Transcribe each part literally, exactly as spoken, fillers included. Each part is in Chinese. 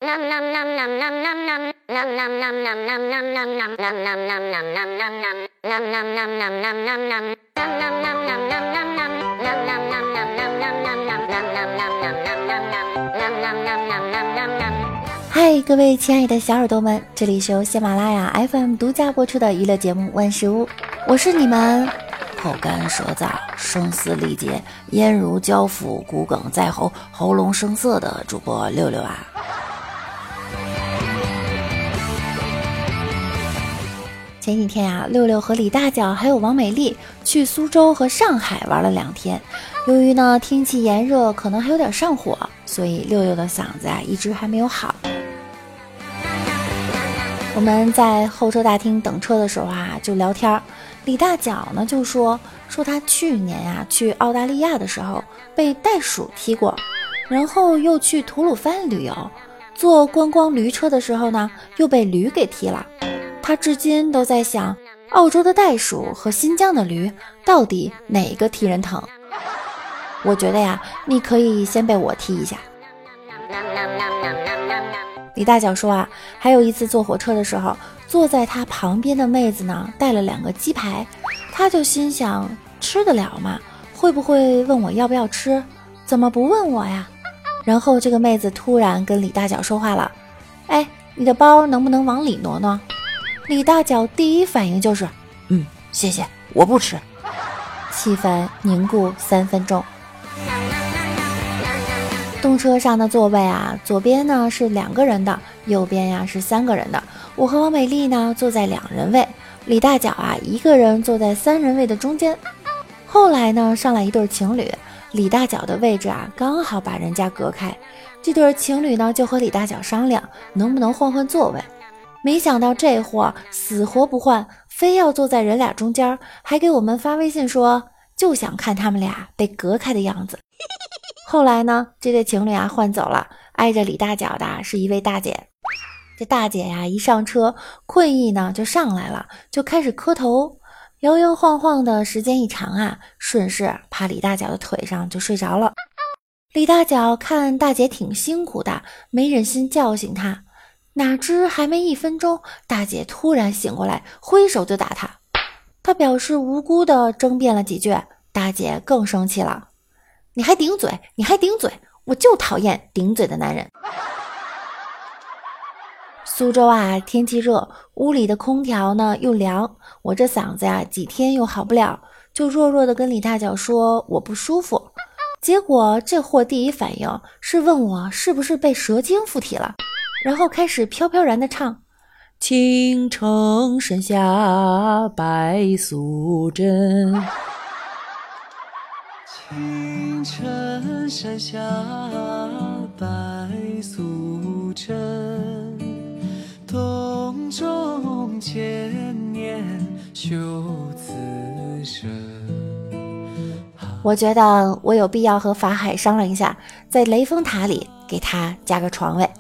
嗨，各位亲爱的小耳朵们，这里是由喜马拉雅 F M 独家播出的娱乐节目《万事屋》，我是你们口干舌燥、声嘶力竭、咽如胶腹、骨梗在喉、喉咙生涩的主播六六啊。前几天啊，六六和李大脚还有王美丽去苏州和上海玩了两天。由于呢天气炎热，可能还有点上火，所以六六的嗓子啊一直还没有好。我们在候车大厅等车的时候啊，就聊天。李大脚呢就说说他去年啊去澳大利亚的时候被袋鼠踢过，然后又去吐鲁番旅游，坐观光驴车的时候呢又被驴给踢了。他至今都在想，澳洲的袋鼠和新疆的驴到底哪个踢人疼？我觉得呀，你可以先被我踢一下。李大脚说啊，还有一次坐火车的时候，坐在他旁边的妹子呢带了两个鸡排，他就心想吃得了吗？会不会问我要不要吃？怎么不问我呀？然后这个妹子突然跟李大脚说话了，哎，你的包能不能往里挪挪？李大脚第一反应就是嗯，谢谢，我不吃。气氛凝固三分钟。动车上的座位啊，左边呢是两个人的，右边呀是三个人的。我和王美丽呢坐在两人位，李大脚啊一个人坐在三人位的中间。后来呢上来一对情侣，李大脚的位置啊刚好把人家隔开。这对情侣呢就和李大脚商量能不能换换座位。没想到这货死活不换，非要坐在人俩中间，还给我们发微信说就想看他们俩被隔开的样子。后来呢这对情侣啊换走了，挨着李大脚的是一位大姐。这大姐呀一上车，困意呢就上来了，就开始磕头，摇摇晃晃的时间一长啊，顺势趴李大脚的腿上就睡着了。李大脚看大姐挺辛苦的，没忍心叫醒她，哪知还没一分钟，大姐突然醒过来，挥手就打他。他表示无辜的争辩了几句，大姐更生气了，你还顶嘴，你还顶嘴，我就讨厌顶嘴的男人。苏州啊天气热，屋里的空调呢又凉，我这嗓子呀几天又好不了，就弱弱的跟李大脚说我不舒服。结果这货第一反应是问我是不是被蛇精附体了，然后开始飘飘然的唱，青城山下白素贞， 青城山下白素贞，洞中千年修此身。 我觉得我有必要和法海商量一下，在雷峰塔里给他加个床位。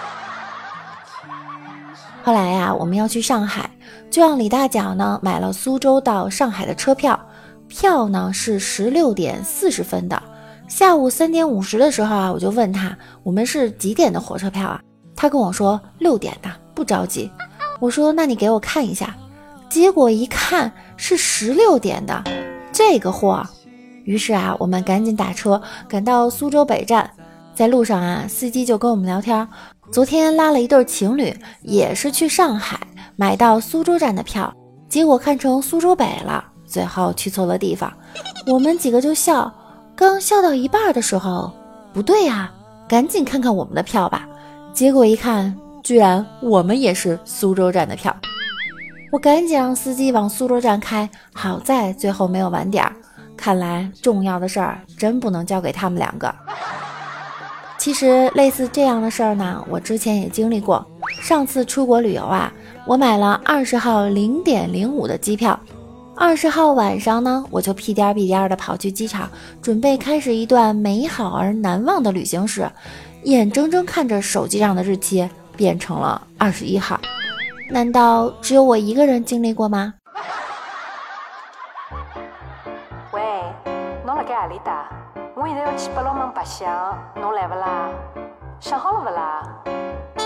后来呀、啊，我们要去上海，就让李大脚呢买了苏州到上海的车票，票呢是十六点四十分的。下午三点五十的时候啊，我就问他我们是几点的火车票啊？他跟我说六点的，不着急。我说那你给我看一下，结果一看是十六点的，这个货。于是啊，我们赶紧打车赶到苏州北站。在路上啊，司机就跟我们聊天，昨天拉了一对情侣，也是去上海买到苏州站的票，结果看成苏州北了，最后去错了地方。我们几个就笑，刚笑到一半的时候，不对啊，赶紧看看我们的票吧。结果一看，居然我们也是苏州站的票。我赶紧让司机往苏州站开，好在最后没有晚点。看来重要的事儿真不能交给他们两个。其实类似这样的事儿呢，我之前也经历过。上次出国旅游啊，我买了二十号零点零五的机票，二十号晚上呢，我就屁颠屁颠的跑去机场，准备开始一段美好而难忘的旅行时，眼睁睁看着手机上的日期变成了二十一号。难道只有我一个人经历过吗？ 喂，侬辣盖何里搭？我现在要去八龙门白相，侬来不啦？想好了不啦？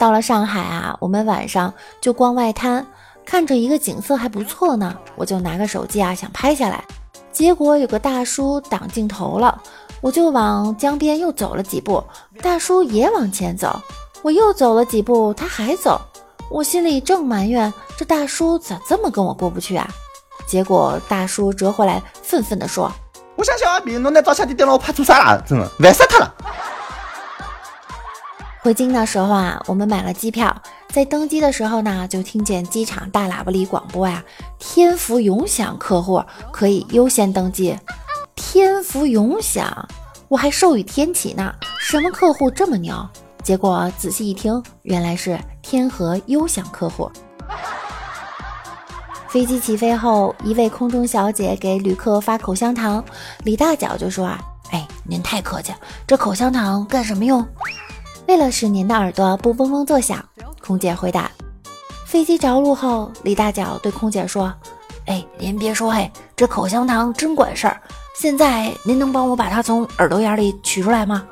到了上海啊，我们晚上就逛外滩，看着一个景色还不错呢，我就拿个手机啊想拍下来，结果有个大叔挡镜头了，我就往江边又走了几步，大叔也往前走，我又走了几步，他还走，我心里正埋怨这大叔咋这么跟我过不去啊，结果大叔折回来愤愤地说， 我想想啊，别侬拿照相机电脑拍出啥啦？真的烦死他了。 回京的时候啊，我们买了机票，在登机的时候呢，就听见机场大喇叭里广播呀，天福永享客户可以优先登机。天福永享，我还受益天启呢，什么客户这么牛？结果仔细一听，原来是天河优享客户。飞机起飞后，一位空中小姐给旅客发口香糖，李大脚就说啊，哎，您太客气，这口香糖干什么用？为了使您的耳朵不嗡嗡作响，空姐回答。飞机着陆后，李大脚对空姐说，哎，您别说嘿，这口香糖真管事儿，现在您能帮我把它从耳朵眼里取出来吗？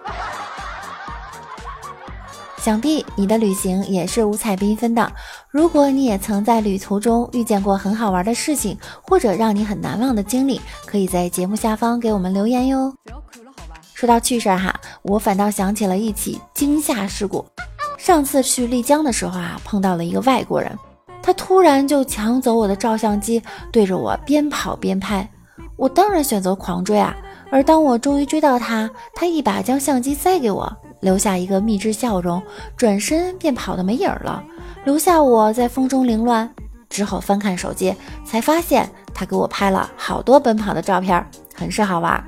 想必你的旅行也是五彩缤纷的，如果你也曾在旅途中遇见过很好玩的事情，或者让你很难忘的经历，可以在节目下方给我们留言哟。说到趣事哈，我反倒想起了一起惊吓事故。上次去丽江的时候啊，碰到了一个外国人，他突然就抢走我的照相机，对着我边跑边拍。我当然选择狂追啊，而当我终于追到他，他一把将相机塞给我，留下一个蜜汁笑容，转身便跑得没影了，留下我在风中凌乱。只好翻看手机，才发现他给我拍了好多奔跑的照片，很是好玩。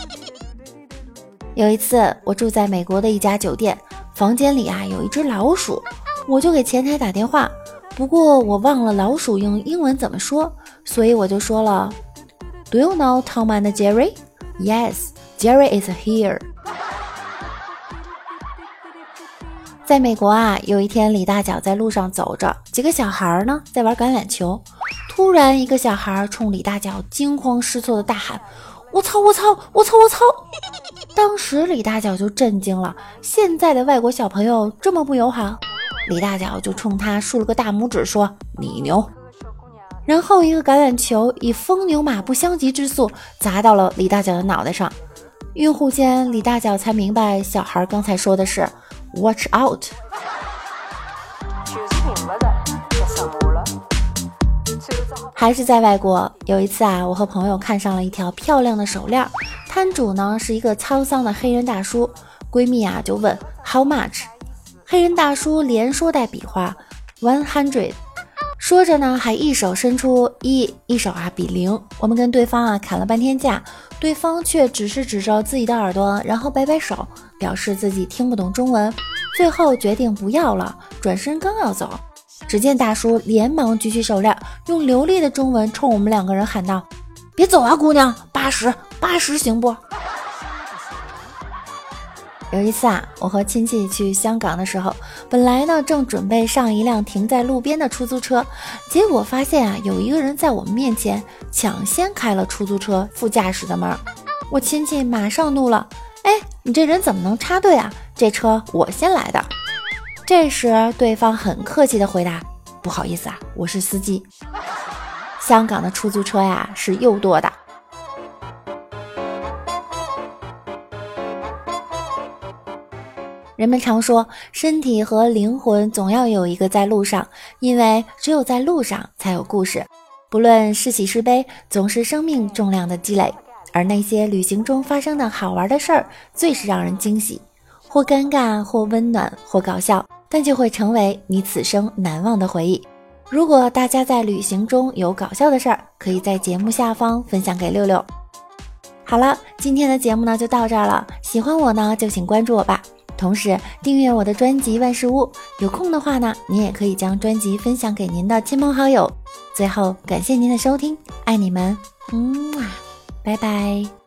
有一次我住在美国的一家酒店，房间里啊有一只老鼠，我就给前台打电话，不过我忘了老鼠用英文怎么说，所以我就说了 Do you know Tom and Jerry? Yes, Jerry is here. 在美国啊，有一天李大脚在路上走着，几个小孩呢在玩橄榄球，突然一个小孩冲李大脚惊慌失措的大喊，我操我操我操我操！当时李大脚就震惊了，现在的外国小朋友这么不友好？李大脚就冲他竖了个大拇指说，你牛。然后一个橄榄球以风牛马不相及之速砸到了李大脚的脑袋上，晕乎间李大脚才明白小孩刚才说的是 Watch out。 还是在外国，有一次啊，我和朋友看上了一条漂亮的手链，摊主呢是一个沧桑的黑人大叔，闺蜜啊就问 How much？ 黑人大叔连说带比划 one hundred， 说着呢还一手伸出一，一手啊比零。我们跟对方啊砍了半天价，对方却只是指着自己的耳朵，然后摆摆手，表示自己听不懂中文，最后决定不要了，转身刚要走，只见大叔连忙举起手链，用流利的中文冲我们两个人喊道，别走啊姑娘，八十八十行不？有一次啊，我和亲戚去香港的时候，本来呢正准备上一辆停在路边的出租车，结果发现啊有一个人在我们面前抢先开了出租车副驾驶的门，我亲戚马上怒了，哎，你这人怎么能插队啊？这车我先来的。这时对方很客气地回答，不好意思啊，我是司机。香港的出租车呀是又多的。人们常说身体和灵魂总要有一个在路上，因为只有在路上才有故事，不论是喜是悲，总是生命重量的积累，而那些旅行中发生的好玩的事儿最是让人惊喜，或尴尬或温暖或搞笑，但就会成为你此生难忘的回忆。如果大家在旅行中有搞笑的事儿，可以在节目下方分享给六六。好了，今天的节目呢就到这儿了，喜欢我呢就请关注我吧，同时订阅我的专辑万事屋，有空的话呢你也可以将专辑分享给您的亲朋好友。最后感谢您的收听，爱你们，嗯，拜拜。